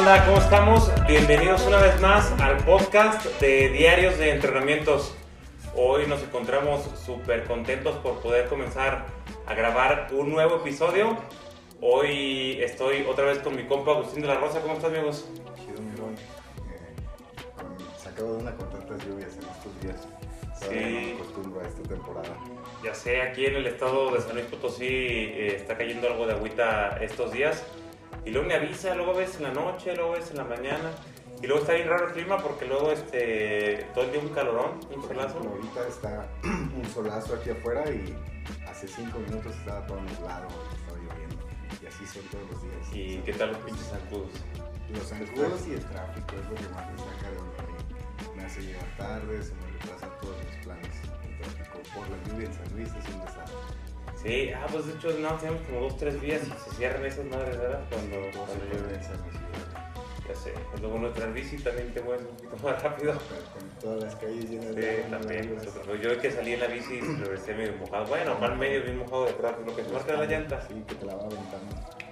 banda? ¿Cómo estamos? Bienvenidos una vez más al podcast de Diarios de Entrenamientos. Hoy nos encontramos súper contentos por poder comenzar a grabar un nuevo episodio. Hoy estoy otra vez con mi compa Agustín de la Rosa. ¿Cómo estás, amigos? Chido, Mirón. Sacado de una con tantas lluvias en estos días. Sí. No me acostumbro a esta temporada. Ya sé, aquí en el estado de San Luis Potosí está cayendo algo de agüita estos días. Y luego me avisa, luego ves en la noche, luego ves en la mañana. Y luego está bien raro el clima porque luego todo el día un calorón, un solazo. Ahorita está un solazo aquí afuera y hace 5 minutos estaba todo nublado, estaba lloviendo. Y así son todos los días. ¿Y qué tal los pinches zancudos? Los zancudos y el tráfico es lo que más me saca de onda. Me hace llegar tarde, se me retrasan todos mis planes. El tráfico por la lluvia en San Luis es un desastre. Sí, pues de hecho no, tenemos como 2-3 días y se cierran esas madres, ¿verdad? Cuando llueve. Ya sé, luego nuestra bici también te mueves un poquito más rápido. Con todas las calles llenas de agua. Sí, también. Yo que salí en la bici y regresé medio mojado. Bueno, al medio bien mojado de atrás, lo que se marca la llanta. Sí, que te la va aventando.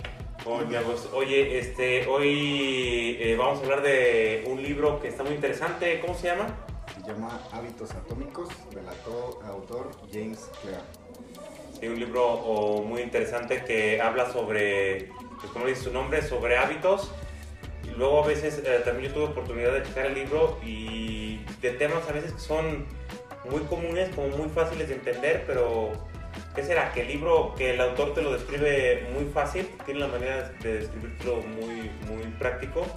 Oye, hoy vamos a hablar de un libro que está muy interesante. ¿Cómo se llama? Se llama Hábitos Atómicos, del autor James Clear. Sí, un libro muy interesante que habla sobre, pues como dice su nombre, sobre hábitos. Y luego a veces también yo tuve oportunidad de checar el libro y de temas a veces que son muy comunes, como muy fáciles de entender, pero ¿qué será? Que el libro, que el autor te lo describe muy fácil, tiene la manera de describirlo muy práctico,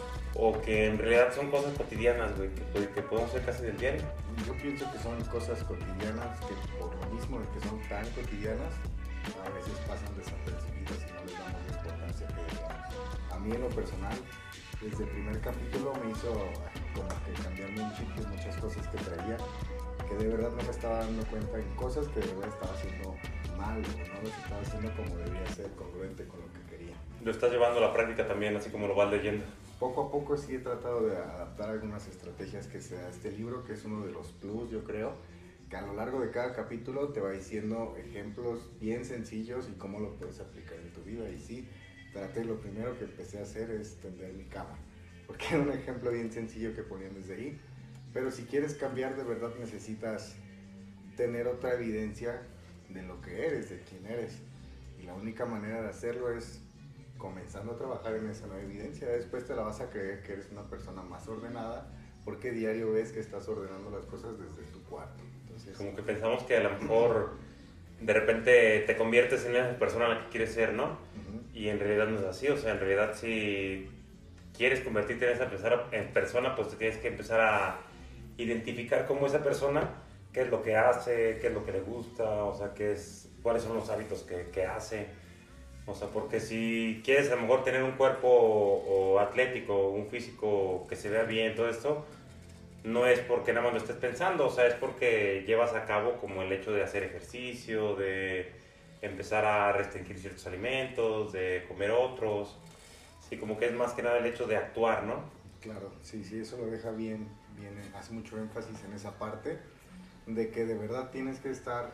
o que en realidad son cosas cotidianas, güey, que podemos hacer casi del diario. Yo pienso que son cosas cotidianas que por lo mismo de que son tan cotidianas, a veces pasan desapercibidas y no les damos la importancia que debemos. A mí en lo personal, desde el primer capítulo me hizo como que cambiarme un chip de muchas cosas que traía, que de verdad no me estaba dando cuenta en cosas que de verdad estaba haciendo mal o no lo estaba haciendo como debería ser, congruente con lo que quería. Lo estás llevando a la práctica también, así como lo vas leyendo. Poco a poco sí he tratado de adaptar algunas estrategias que se da este libro, que es uno de los plus, yo creo, que a lo largo de cada capítulo te va diciendo ejemplos bien sencillos y cómo lo puedes aplicar en tu vida. Y sí, lo primero que empecé a hacer es tender mi cama, porque era un ejemplo bien sencillo que ponían desde ahí. Pero si quieres cambiar, de verdad necesitas tener otra evidencia de lo que eres, de quién eres. Y la única manera de hacerlo es comenzando a trabajar en esa nueva evidencia. Después te la vas a creer que eres una persona más ordenada, porque diario ves que estás ordenando las cosas desde tu cuarto. Entonces, como que pensamos que a lo mejor de repente te conviertes en esa persona a la que quieres ser, ¿no? Y en realidad no es así. O sea, en realidad si quieres convertirte en esa persona, pues te tienes que empezar a identificar como esa persona, qué es lo que hace, qué es lo que le gusta, o sea, cuáles son los hábitos que hace. O sea, porque si quieres a lo mejor tener un cuerpo o atlético, un físico que se vea bien, todo esto, no es porque nada más lo estés pensando, o sea, es porque llevas a cabo como el hecho de hacer ejercicio, de empezar a restringir ciertos alimentos, de comer otros. Sí, como que es más que nada el hecho de actuar, ¿no? Claro, sí, eso lo deja bien, hace mucho énfasis en esa parte, de que de verdad tienes que estar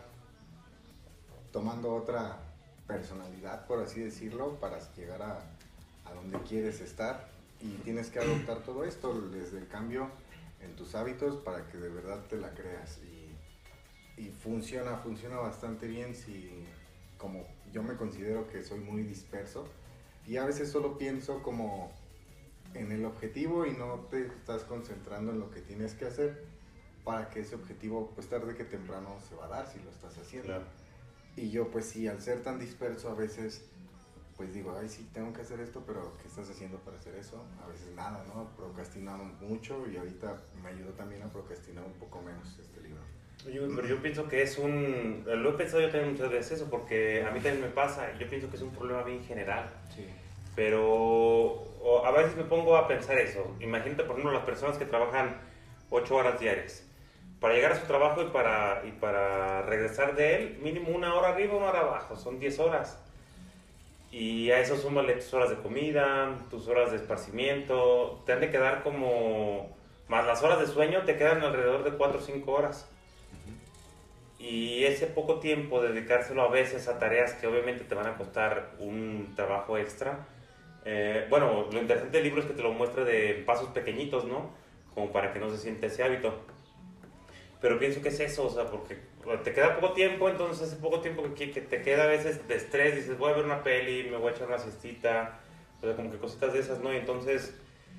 tomando otra personalidad, por así decirlo, para llegar a donde quieres estar, y tienes que adoptar todo esto desde el cambio en tus hábitos para que de verdad te la creas, y funciona bastante bien. Si, como yo me considero que soy muy disperso y a veces solo pienso como en el objetivo y no te estás concentrando en lo que tienes que hacer para que ese objetivo, pues tarde que temprano se va a dar si lo estás haciendo. Claro. Y yo pues sí, al ser tan disperso a veces pues digo, ay sí, tengo que hacer esto, pero ¿qué estás haciendo para hacer eso? A veces nada, ¿no? Procrastinamos mucho, y ahorita me ayudó también a procrastinar un poco menos este libro. Pero yo pienso que lo he pensado yo también muchas veces eso, porque a mí también me pasa, yo pienso que es un problema bien general. Sí. Pero a veces me pongo a pensar eso. Imagínate, por ejemplo, las personas que trabajan 8 horas diarias. Para llegar a su trabajo y para regresar de él, mínimo 1 hora arriba, 1 hora abajo, son 10 horas. Y a eso súmale tus horas de comida, tus horas de esparcimiento, te han de quedar como, más las horas de sueño, te quedan alrededor de 4 o 5 horas. Y ese poco tiempo, dedicárselo a veces a tareas que obviamente te van a costar un trabajo extra, Bueno, lo interesante del libro es que te lo muestra de pasos pequeñitos, ¿no? Como para que no se siente ese hábito. Pero pienso que es eso, o sea, porque te queda poco tiempo, entonces ese poco tiempo que te queda a veces de estrés, dices, voy a ver una peli, me voy a echar una siestita, o sea, como que cositas de esas, ¿no? Y entonces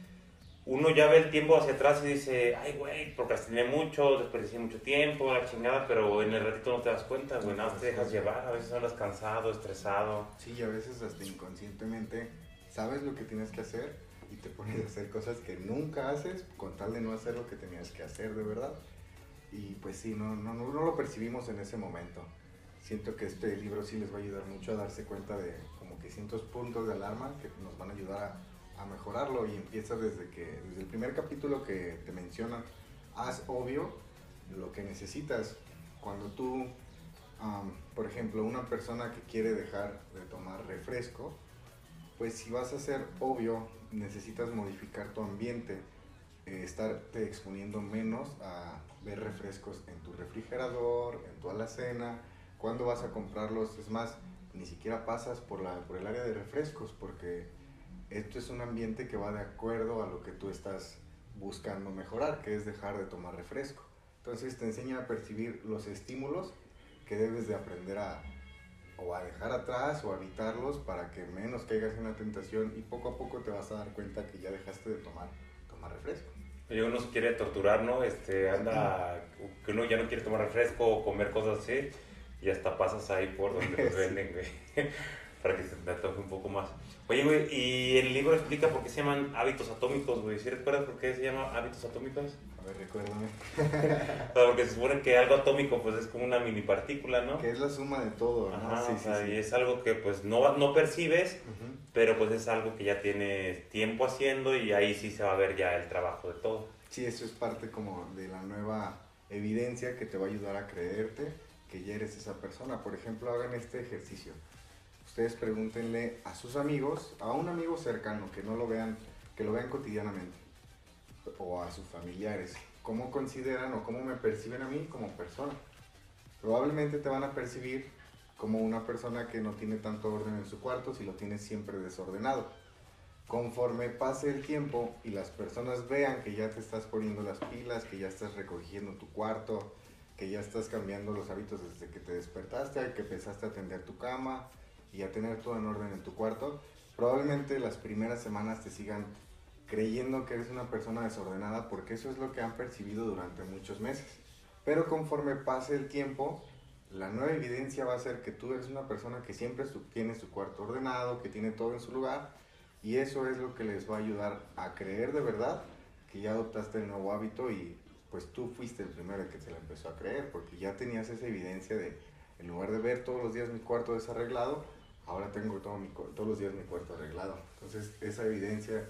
uno ya ve el tiempo hacia atrás y dice, ay, güey, procrastiné mucho, desperdicié mucho tiempo, la chingada, pero en el ratito no te das cuenta, güey, nada más te dejas llevar, a veces andas cansado, estresado. Sí, y a veces hasta inconscientemente sabes lo que tienes que hacer y te pones a hacer cosas que nunca haces con tal de no hacer lo que tenías que hacer de verdad. Y pues sí, no lo percibimos en ese momento. Siento que este libro sí les va a ayudar mucho a darse cuenta de como que ciertos puntos de alarma que nos van a ayudar a mejorarlo, y empieza desde el primer capítulo que te mencionan, haz obvio lo que necesitas. Cuando tú, por ejemplo, una persona que quiere dejar de tomar refresco, pues si vas a ser obvio, necesitas modificar tu ambiente, estarte exponiendo menos a ver refrescos en tu refrigerador, en tu alacena, cuando vas a comprarlos. Es más, ni siquiera pasas por el área de refrescos, porque esto es un ambiente que va de acuerdo a lo que tú estás buscando mejorar, que es dejar de tomar refresco. Entonces te enseña a percibir los estímulos que debes de aprender o a dejar atrás o a evitarlos para que menos caigas en la tentación, y poco a poco te vas a dar cuenta que ya dejaste de tomar refresco. Y uno se quiere torturar, ¿no? Anda, que uno ya no quiere tomar refresco o comer cosas así, y hasta pasas ahí por donde los venden, güey, para que se te antoje un poco más. Oye, güey, y el libro explica por qué se llaman hábitos atómicos, güey. ¿Sí recuerdas por qué se llama hábitos atómicos? A ver, recuérdame. O sea, porque se supone que algo atómico, pues, es como una mini partícula, ¿no? Que es la suma de todo, ¿no? Ajá, Sí, o sea, sí. y es algo que, pues, no percibes, Uh-huh. pero, pues, es algo que ya tienes tiempo haciendo, y ahí sí se va a ver ya el trabajo de todo. Sí, eso es parte como de la nueva evidencia que te va a ayudar a creerte que ya eres esa persona. Por ejemplo, hagan este ejercicio. Ustedes pregúntenle a sus amigos, a un amigo cercano que no lo vean, que lo vean cotidianamente, o a sus familiares, cómo consideran o cómo me perciben a mí como persona. Probablemente te van a percibir como una persona que no tiene tanto orden en su cuarto, si lo tiene siempre desordenado. Conforme pase el tiempo y las personas vean que ya te estás poniendo las pilas, que ya estás recogiendo tu cuarto, que ya estás cambiando los hábitos desde que te despertaste, que empezaste a atender tu cama y a tener todo en orden en tu cuarto, probablemente las primeras semanas te sigan creyendo que eres una persona desordenada, porque eso es lo que han percibido durante muchos meses. Pero conforme pase el tiempo, la nueva evidencia va a ser que tú eres una persona que siempre tiene su cuarto ordenado, que tiene todo en su lugar, y eso es lo que les va a ayudar a creer de verdad que ya adoptaste el nuevo hábito, y pues tú fuiste el primero que se lo empezó a creer, porque ya tenías esa evidencia de, en lugar de ver todos los días mi cuarto desarreglado, ahora tengo todos los días mi cuarto arreglado. Entonces esa evidencia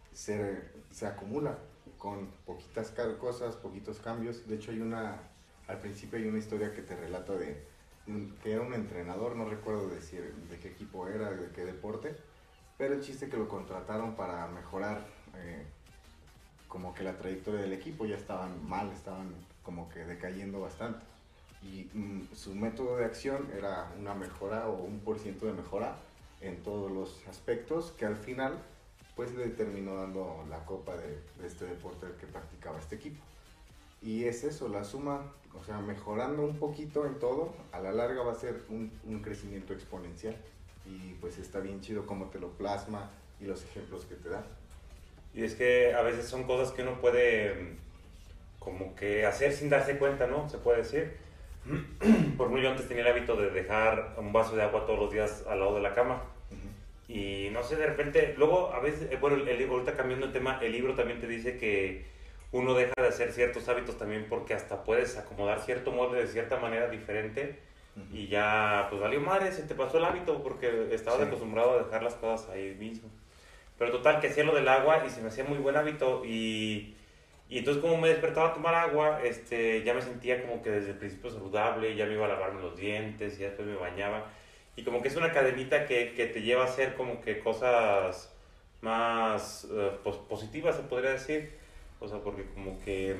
se acumula con poquitas cosas, poquitos cambios. De hecho al principio hay una historia que te relata que era un entrenador, no recuerdo decir de qué equipo era, de qué deporte, pero el chiste que lo contrataron para mejorar como que la trayectoria del equipo. Ya estaban mal, estaban como que decayendo bastante, y su método de acción era una mejora o 1% de mejora en todos los aspectos, que al final pues le terminó dando la copa de este deporte que practicaba este equipo. Y es eso, la suma, o sea, mejorando un poquito en todo, a la larga va a ser un crecimiento exponencial. Y pues está bien chido cómo te lo plasma y los ejemplos que te da. Y es que a veces son cosas que uno puede como que hacer sin darse cuenta, ¿no? Se puede decir. Por ejemplo, yo antes tenía el hábito de dejar un vaso de agua todos los días al lado de la cama. Y no sé, de repente, luego a veces, bueno, ahorita cambiando el tema, el libro también te dice que uno deja de hacer ciertos hábitos también porque hasta puedes acomodar cierto molde de cierta manera diferente, y ya, pues valió madre, se te pasó el hábito porque estabas acostumbrado a dejar las cosas ahí mismo. Pero total, que hacía lo del agua y se me hacía muy buen hábito, y entonces como me despertaba a tomar agua, ya me sentía como que desde el principio saludable, ya me iba a lavarme los dientes y después me bañaba. Y como que es una cadenita que te lleva a hacer como que cosas más positivas, se podría decir. O sea, porque como que,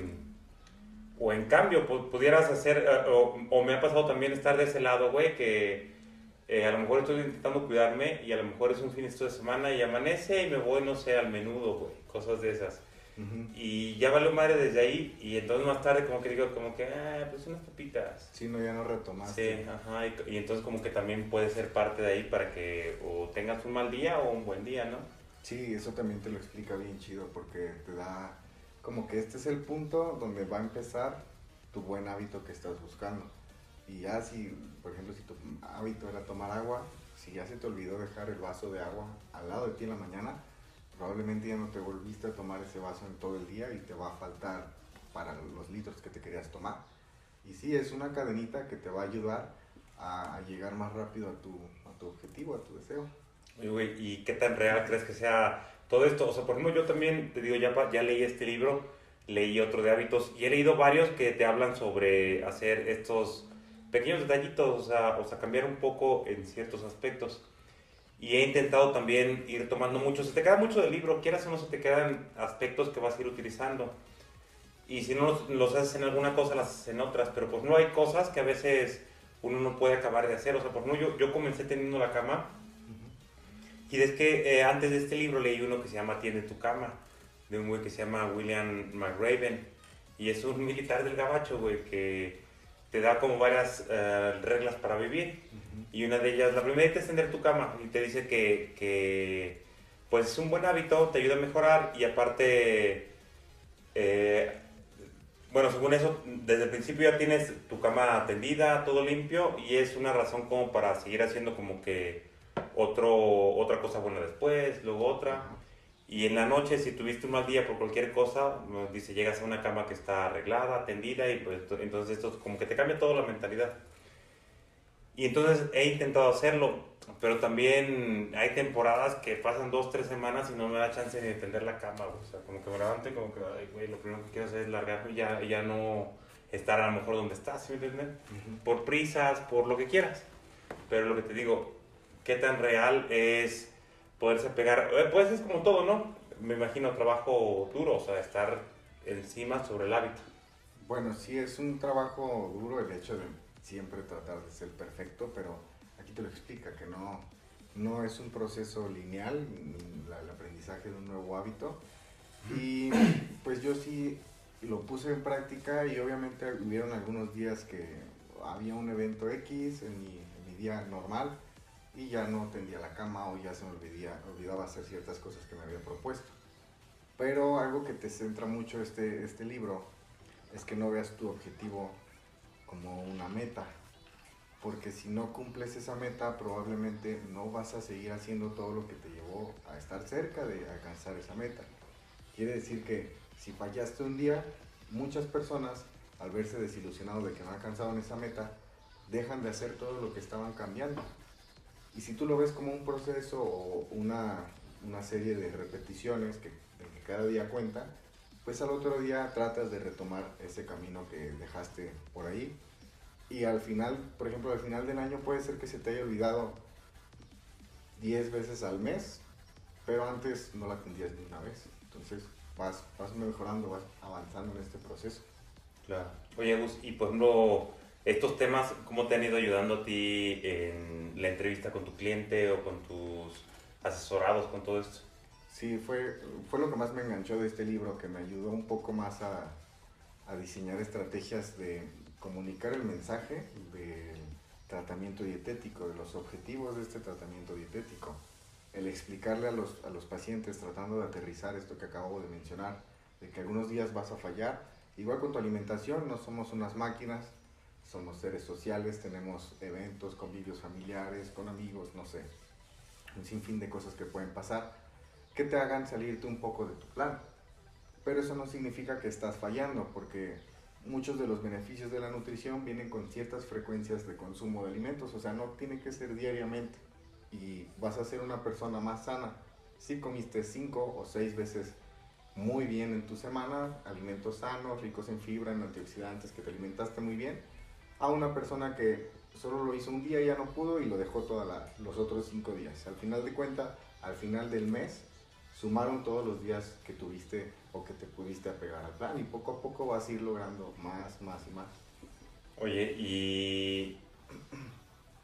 o en cambio, pudieras hacer, o me ha pasado también estar de ese lado, güey, que a lo mejor estoy intentando cuidarme y a lo mejor es un fin de semana y amanece y me voy, no sé, al menudo, güey, cosas de esas. Y ya valió madre desde ahí y entonces más tarde como que digo, como que, pues unas papitas. Sí, no, ya no retomaste. Sí, ajá, y entonces como que también puede ser parte de ahí para que o tengas un mal día o un buen día, ¿no? Sí, eso también te lo explica bien chido porque te da como que este es el punto donde va a empezar tu buen hábito que estás buscando. Y ya si, por ejemplo, si tu hábito era tomar agua, si ya se te olvidó dejar el vaso de agua al lado de ti en la mañana, probablemente ya no te volviste a tomar ese vaso en todo el día y te va a faltar para los litros que te querías tomar. Y sí, es una cadenita que te va a ayudar a llegar más rápido a tu objetivo, a tu deseo. Oye, güey, ¿y qué tan real crees que sea todo esto? O sea, por ejemplo, yo también, te digo, ya leí este libro, leí otro de hábitos y he leído varios que te hablan sobre hacer estos pequeños detallitos, o sea, cambiar un poco en ciertos aspectos. Y he intentado también ir tomando mucho, se te queda mucho del libro, quieras o no se te quedan aspectos que vas a ir utilizando. Y si no los haces en alguna cosa, las haces en otras, pero pues no hay cosas que a veces uno no puede acabar de hacer. O sea, por ejemplo, yo comencé teniendo la cama y es que antes de este libro leí uno que se llama Tiende tu cama, de un güey que se llama William McRaven. Y es un militar del gabacho, güey, que te da como varias reglas para vivir. Y una de ellas, la primera es tender tu cama y te dice que pues es un buen hábito, te ayuda a mejorar y aparte, eh, bueno, según eso, desde el principio ya tienes tu cama tendida, todo limpio y es una razón como para seguir haciendo como que otra cosa buena después, luego otra. Ajá. Y en la noche, si tuviste un mal día por cualquier cosa, dice, llegas a una cama que está arreglada, tendida, y pues entonces esto como que te cambia toda la mentalidad. Y entonces he intentado hacerlo, pero también hay temporadas que pasan 2, 3 semanas y no me da chance de tender la cama, güey. O sea, como que me levanto y como que, ay, güey, lo primero que quiero hacer es largarme y ya no estar a lo mejor donde estás, ¿sí me entiendes? Por prisas, por lo que quieras. Pero lo que te digo, ¿qué tan real es poderse pegar? Pues es como todo, ¿no? Me imagino trabajo duro, o sea, estar encima sobre el hábito. Bueno, sí es un trabajo duro el hecho de siempre tratar de ser perfecto, pero aquí te lo explica que no es un proceso lineal el aprendizaje de un nuevo hábito. Y pues yo sí lo puse en práctica y obviamente hubieron algunos días que había un evento X en mi día normal y ya no tendía la cama o ya se me olvidaba hacer ciertas cosas que me había propuesto. Pero algo que te centra mucho este libro es que no veas tu objetivo como una meta, porque si no cumples esa meta probablemente no vas a seguir haciendo todo lo que te llevó a estar cerca de alcanzar esa meta. Quiere decir que si fallaste un día, muchas personas al verse desilusionados de que no alcanzaron esa meta, dejan de hacer todo lo que estaban cambiando. Y si tú lo ves como un proceso o una serie de repeticiones que cada día cuenta, pues al otro día tratas de retomar ese camino que dejaste por ahí. Y al final, por ejemplo, al final del año puede ser que se te haya olvidado 10 veces al mes, pero antes no la atendías ni una vez. Entonces vas mejorando, vas avanzando en este proceso. Claro. Oye, Gus, y por ejemplo, estos temas, ¿cómo te han ido ayudando a ti en la entrevista con tu cliente o con tus asesorados con todo esto? Sí, fue lo que más me enganchó de este libro, que me ayudó un poco más a diseñar estrategias de comunicar el mensaje del tratamiento dietético, de los objetivos de este tratamiento dietético. El explicarle a los pacientes, tratando de aterrizar esto que acabo de mencionar, de que algunos días vas a fallar. Igual con tu alimentación, no somos unas máquinas, somos seres sociales, tenemos eventos, convivios familiares, con amigos, no sé, un sinfín de cosas que pueden pasar que te hagan salirte un poco de tu plan. Pero eso no significa que estás fallando, porque muchos de los beneficios de la nutrición vienen con ciertas frecuencias de consumo de alimentos, o sea, no tiene que ser diariamente y vas a ser una persona más sana si comiste 5 o 6 veces muy bien en tu semana, alimentos sanos, ricos en fibra, en antioxidantes, que te alimentaste muy bien, a una persona que solo lo hizo un día y ya no pudo y lo dejó todos los otros 5 días. Al final de cuentas, al final del mes, sumaron todos los días que tuviste o que te pudiste apegar al plan y poco a poco vas a ir logrando más y más. Oye, y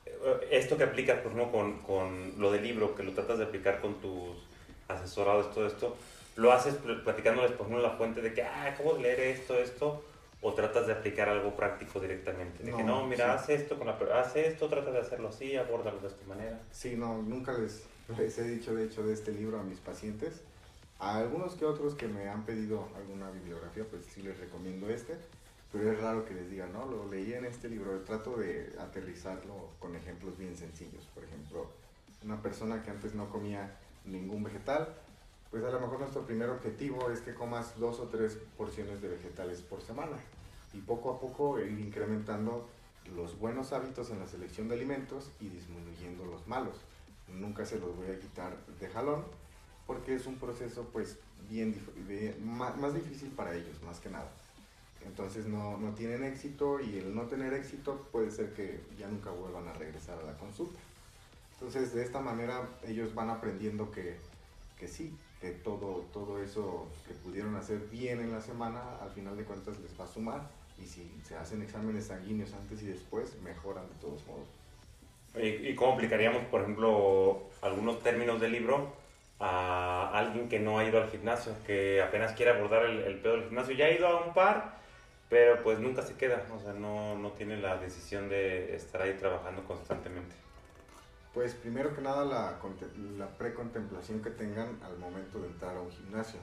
esto que aplicas, por ejemplo, con lo del libro, que lo tratas de aplicar con tus asesorados, todo esto, ¿lo haces platicándoles, por ejemplo, la fuente de que, acabo de leer esto, o tratas de aplicar algo práctico directamente? De que no, mira, sí. haz esto, trata de hacerlo así, abórdalo de esta manera. Sí, no, nunca les he dicho, de hecho, de este libro a mis pacientes. A algunos que otros que me han pedido alguna bibliografía, pues sí les recomiendo este. Pero es raro que les diga, no, lo leí en este libro. Trato de aterrizarlo con ejemplos bien sencillos. Por ejemplo, una persona que antes no comía ningún vegetal, pues a lo mejor nuestro primer objetivo es que comas 2 o 3 porciones de vegetales por semana. Y poco a poco ir incrementando los buenos hábitos en la selección de alimentos y disminuyendo los malos. Nunca se los voy a quitar de jalón, porque es un proceso pues más difícil para ellos, más que nada. Entonces no tienen éxito, y el no tener éxito puede ser que ya nunca vuelvan a regresar a la consulta. Entonces de esta manera ellos van aprendiendo que sí, que todo eso que pudieron hacer bien en la semana, al final de cuentas les va a sumar, y si se hacen exámenes sanguíneos antes y después, mejoran de todos modos. ¿Y cómo aplicaríamos, por ejemplo, algunos términos del libro a alguien que no ha ido al gimnasio, que apenas quiere abordar el pedo del gimnasio? Ya ha ido a un par, pero pues nunca se queda, o sea, no tiene la decisión de estar ahí trabajando constantemente. Pues primero que nada la precontemplación que tengan al momento de entrar a un gimnasio.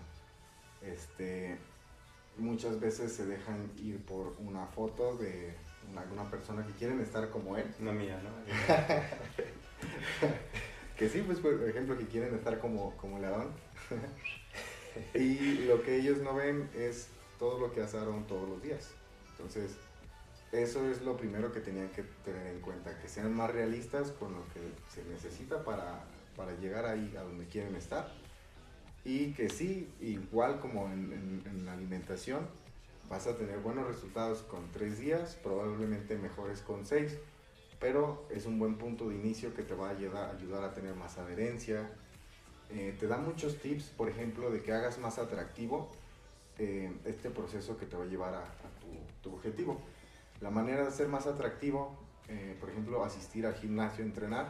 Muchas veces se dejan ir por una foto de alguna persona que quieren estar como él. No mía, ¿no? Que sí, pues por ejemplo, que quieren estar como el Aarón. Y lo que ellos no ven es todo lo que hace Aarón todos los días. Entonces, eso es lo primero que tenían que tener en cuenta, que sean más realistas con lo que se necesita para llegar ahí a donde quieren estar. Y que sí, igual como en la alimentación, vas a tener buenos resultados con 3 días, probablemente mejores con 6, pero es un buen punto de inicio que te va a ayudar a tener más adherencia. Te da muchos tips, por ejemplo, de que hagas más atractivo este proceso que te va a llevar a tu objetivo. La manera de ser más atractivo, por ejemplo, asistir al gimnasio, entrenar.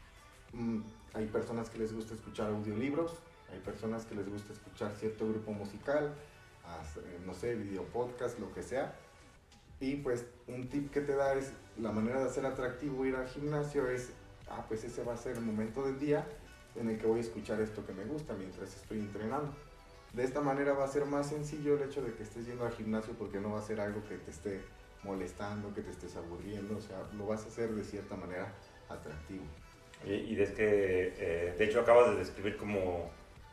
Hay personas que les gusta escuchar audiolibros, hay personas que les gusta escuchar cierto grupo musical, no sé, video podcast, lo que sea. Y pues un tip que te da es la manera de hacer atractivo ir al gimnasio es, pues ese va a ser el momento del día en el que voy a escuchar esto que me gusta mientras estoy entrenando. De esta manera va a ser más sencillo el hecho de que estés yendo al gimnasio, porque no va a ser algo que te esté molestando, que te estés aburriendo, o sea, lo vas a hacer de cierta manera atractivo. Y es que, de hecho, acabas de describir como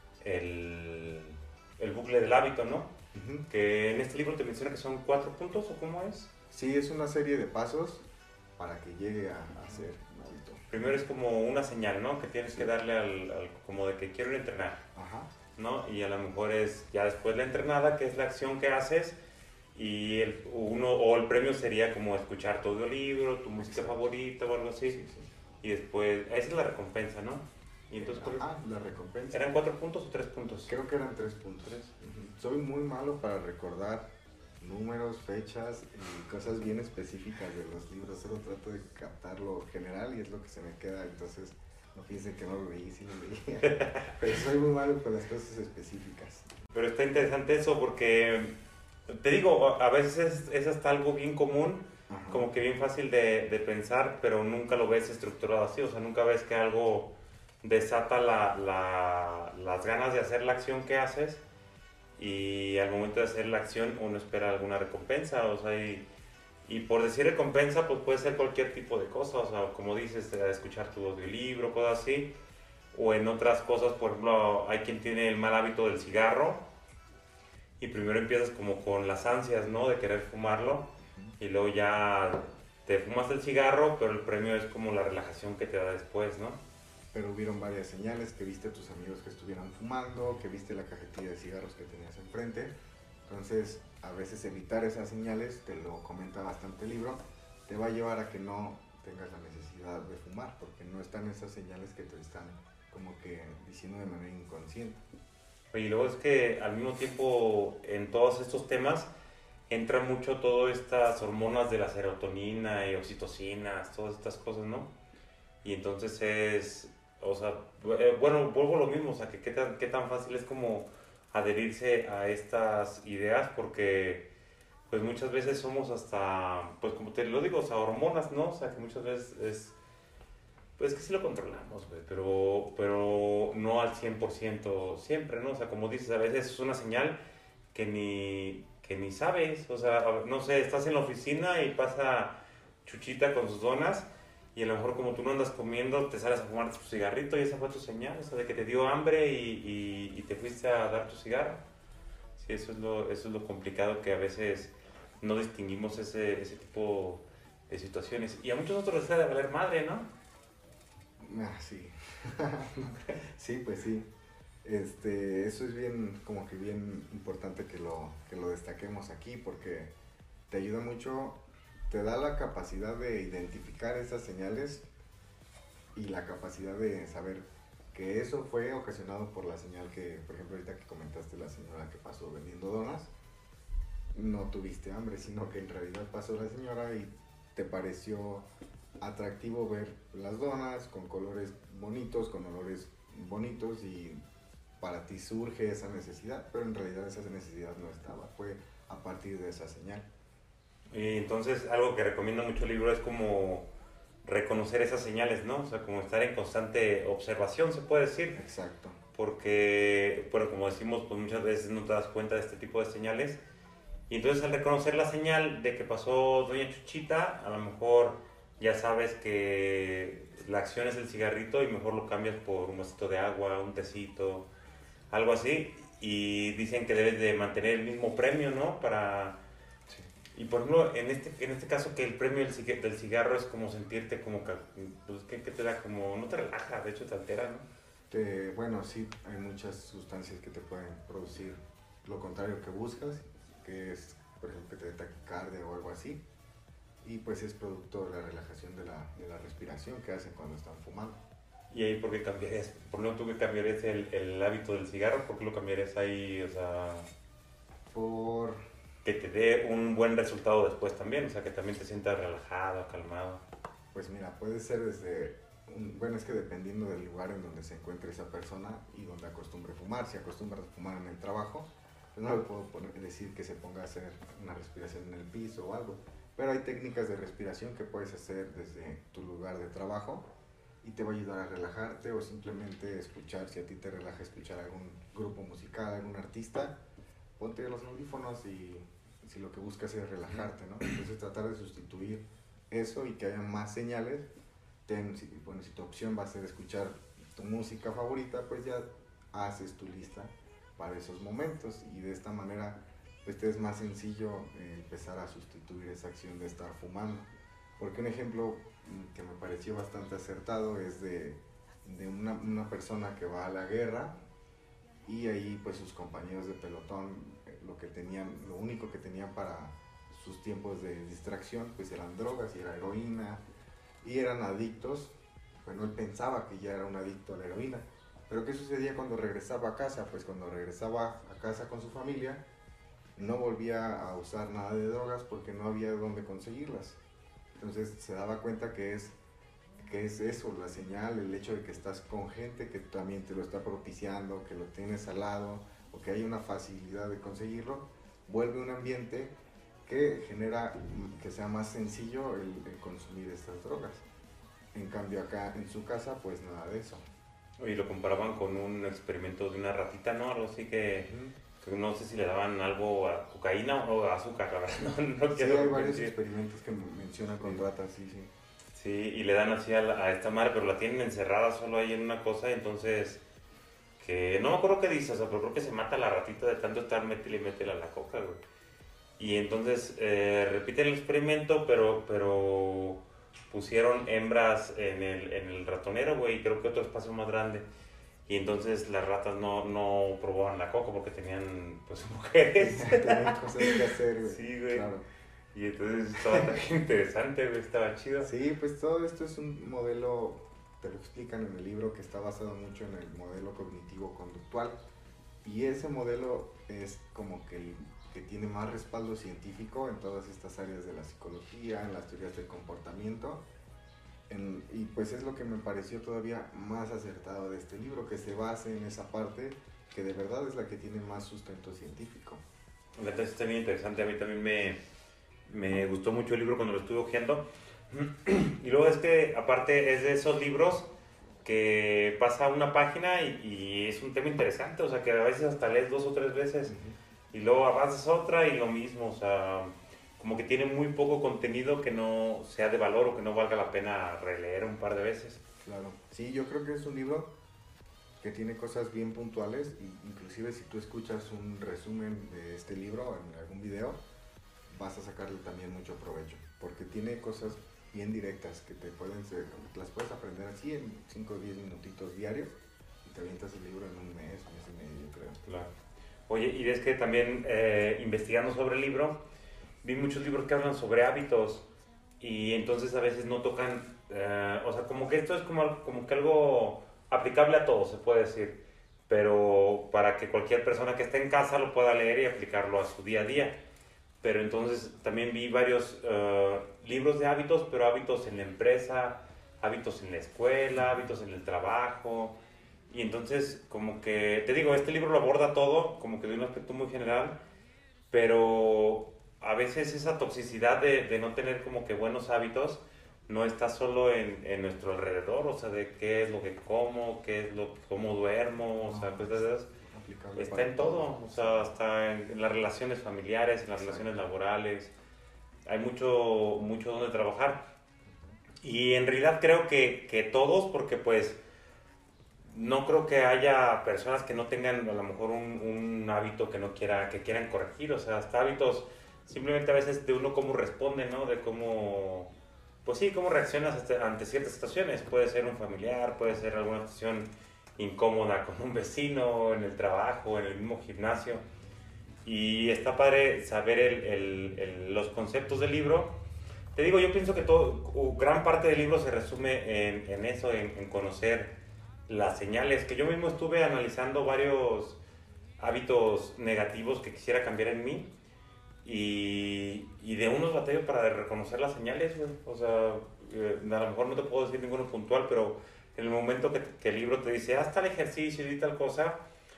el bucle del hábito, ¿no? Uh-huh. Que en este libro te menciona que son 4 puntos, ¿o cómo es? Sí, es una serie de pasos para que llegue a ser un hábito. Primero es como una señal, ¿no? Que tienes que darle al como de que quiero entrenar. Ajá. ¿No? Y a lo mejor es ya después la entrenada, que es la acción que haces, y el premio sería como escuchar tu audiolibro, tu música favorita o algo así. Sí. Y después, esa es la recompensa, ¿no? Y entonces, la recompensa. ¿Eran 4 puntos o 3 puntos? Creo que eran 3 puntos. Uh-huh. Soy muy malo para recordar números, fechas y cosas bien específicas de los libros. Solo trato de captar lo general y es lo que se me queda. Entonces, no piensen que no lo leí, sí lo leí. Pero soy muy malo con las cosas específicas. Pero está interesante eso porque, te digo, a veces es hasta algo bien común, ajá, como que bien fácil de pensar, pero nunca lo ves estructurado así. O sea, nunca ves que algo desata las ganas de hacer la acción que haces, y al momento de hacer la acción uno espera alguna recompensa. O sea, y por decir recompensa, pues puede ser cualquier tipo de cosa, o sea, como dices, escuchar tu audiolibro, cosas así, o en otras cosas. Por ejemplo, hay quien tiene el mal hábito del cigarro, y primero empiezas como con las ansias, ¿no? De querer fumarlo, y luego ya te fumas el cigarro, pero el premio es como la relajación que te da después, ¿no? Pero hubieron varias señales, que viste a tus amigos que estuvieran fumando, que viste la cajetilla de cigarros que tenías enfrente. Entonces, a veces evitar esas señales, te lo comenta bastante el libro, te va a llevar a que no tengas la necesidad de fumar, porque no están esas señales que te están como que diciendo de manera inconsciente. Y luego es que al mismo tiempo en todos estos temas entra mucho todas estas hormonas de la serotonina y oxitocinas, todas estas cosas, ¿no? Y entonces o sea, bueno, vuelvo a lo mismo, o sea, que qué tan fácil es como adherirse a estas ideas, porque pues muchas veces somos hasta, pues como te lo digo, o sea, hormonas, ¿no? O sea, que muchas veces pues que sí lo controlamos, güey, pero no al 100% siempre, ¿no? O sea, como dices, a veces es una señal que ni sabes, o sea, no sé, estás en la oficina y pasa Chuchita con sus donas y a lo mejor como tú no andas comiendo, te sales a fumar tu cigarrito y esa fue tu señal, o sea, de que te dio hambre y te fuiste a dar tu cigarro. Sí, eso es lo complicado, que a veces no distinguimos ese tipo de situaciones. Y a muchos otros les ha de valer madre, ¿no? Ah, sí. Sí, pues sí. Eso es bien, como que bien importante que lo destaquemos aquí porque te ayuda mucho, te da la capacidad de identificar esas señales y la capacidad de saber que eso fue ocasionado por la señal que, por ejemplo, ahorita que comentaste la señora que pasó vendiendo donas, no tuviste hambre, sino que en realidad pasó la señora y te pareció atractivo ver las donas con colores bonitos, con olores bonitos y para ti surge esa necesidad, pero en realidad esa necesidad no estaba, fue a partir de esa señal. Y entonces algo que recomienda mucho el libro es como reconocer esas señales, ¿no? O sea, como estar en constante observación, se puede decir. Exacto. Porque, bueno, como decimos, pues muchas veces no te das cuenta de este tipo de señales. Y entonces al reconocer la señal de que pasó Doña Chuchita, a lo mejor ya sabes que la acción es el cigarrito y mejor lo cambias por un vasito de agua, un tecito, algo así. Y dicen que debes de mantener el mismo premio, ¿no? Sí. Y por ejemplo, en este caso que el premio del cigarro es como sentirte como que, pues, que te da como, no te relaja, de hecho te altera, ¿no? Bueno, sí, hay muchas sustancias que te pueden producir lo contrario que buscas, que es, por ejemplo, que te dé taquicardia o algo así. Y pues es producto de la relajación de la respiración que hacen cuando están fumando. Y ahí, ¿por qué cambiarías? Por ejemplo, tú que cambiarías el hábito del cigarro, ¿por qué lo cambiarías ahí? O sea, Por, que te dé un buen resultado después también, o sea, que también te sientas relajado, calmado. pues mira, puede ser desde, bueno, es que dependiendo del lugar en donde se encuentre esa persona y donde acostumbre fumar, si acostumbra a fumar en el trabajo, pues no le puedo decir que se ponga a hacer una respiración en el piso o algo, pero hay técnicas de respiración que puedes hacer desde tu lugar de trabajo y te va a ayudar a relajarte o simplemente escuchar, si a ti te relaja escuchar algún grupo musical, algún artista, ponte los audífonos y si lo que buscas es relajarte, ¿no? Entonces tratar de sustituir eso y que haya más señales. Bueno, si tu opción va a ser escuchar tu música favorita, pues ya haces tu lista para esos momentos y de esta manera pues te es más sencillo empezar a sustituir esa acción de estar fumando. Porque un ejemplo que me pareció bastante acertado es de una persona que va a la guerra y ahí pues sus compañeros de pelotón lo único que tenían para sus tiempos de distracción pues eran drogas y era heroína y eran adictos. Bueno, él pensaba que ya era un adicto a la heroína, pero ¿qué sucedía cuando regresaba a casa? Pues cuando regresaba a casa con su familia no volvía a usar nada de drogas porque no había dónde conseguirlas. Entonces se daba cuenta que es eso, la señal, el hecho de que estás con gente que también te lo está propiciando, que lo tienes al lado o que hay una facilidad de conseguirlo, vuelve un ambiente que genera que sea más sencillo el consumir estas drogas. En cambio acá en su casa pues nada de eso. Y lo comparaban con un experimento de una ratita, ¿no? Algo así que no sé si le daban algo a cocaína o azúcar, la verdad, no Sí, quiero hay varios mentir. experimentos que mencionan con ratas, sí, sí. Sí, y le dan así a esta madre, pero la tienen encerrada solo ahí en una cosa, entonces, que no me acuerdo qué dice, o sea, pero creo que se mata la ratita de tanto estar métele y métele a la coca, güey. Y entonces repiten el experimento, pero pusieron hembras en el ratonero, güey, y creo que otro espacio más grande. Y entonces las ratas no probaban la coca porque tenían, pues, mujeres. Tienen cosas que hacer, güey. Sí, güey. Claro. Y entonces estaba tan interesante, güey, estaba chido. Sí, pues todo esto es un modelo, te lo explican en el libro, que está basado mucho en el modelo cognitivo-conductual. Y ese modelo es como que el que tiene más respaldo científico en todas estas áreas de la psicología, en las teorías del comportamiento. Y pues es lo que me pareció todavía más acertado de este libro, que se base en esa parte que de verdad es la que tiene más sustento científico. Entonces está bien interesante, a mí también me gustó mucho el libro cuando lo estuve hojeando. Y luego es que aparte es de esos libros que pasa una página y es un tema interesante, o sea que a veces hasta lees 2 o 3 veces y luego avanzas otra y lo mismo, o sea, como que tiene muy poco contenido que no sea de valor o que no valga la pena releer un par de veces. Claro, sí, yo creo que es un libro que tiene cosas bien puntuales, inclusive si tú escuchas un resumen de este libro en algún video, vas a sacarle también mucho provecho, porque tiene cosas bien directas que las puedes aprender así en 5 o 10 minutitos diarios y te avientas el libro en un mes y medio, yo creo. Claro. Oye, y es que también investigando sobre el libro, vi muchos libros que hablan sobre hábitos y entonces a veces no tocan, o sea, como que esto es como que algo aplicable a todo, se puede decir, pero para que cualquier persona que esté en casa lo pueda leer y aplicarlo a su día a día. Pero entonces también vi varios libros de hábitos, pero hábitos en la empresa, hábitos en la escuela, hábitos en el trabajo. Y entonces, como que, te digo, este libro lo aborda todo, como que de un aspecto muy general, pero a veces esa toxicidad de no tener como que buenos hábitos no está solo en nuestro alrededor, o sea, de qué es lo que como, cómo duermo, o sea, pues está en todo, o sea, está en las relaciones familiares, en las relaciones laborales, hay mucho donde trabajar. Y en realidad creo que todos, porque pues no creo que haya personas que no tengan a lo mejor un hábito que quieran corregir, o sea, hasta hábitos simplemente a veces de uno cómo responde, ¿no? De cómo, pues sí, cómo reaccionas ante ciertas situaciones. Puede ser un familiar, puede ser alguna situación incómoda con un vecino, en el trabajo, en el mismo gimnasio. Y está padre saber los conceptos del libro. Te digo, yo pienso que gran parte del libro se resume en eso, en conocer las señales, que yo mismo estuve analizando varios hábitos negativos que quisiera cambiar en mí y de unos batallos para reconocer las señales, güey. O sea, a lo mejor no te puedo decir ninguno puntual, pero en el momento que el libro te dice, haz tal ejercicio y tal cosa,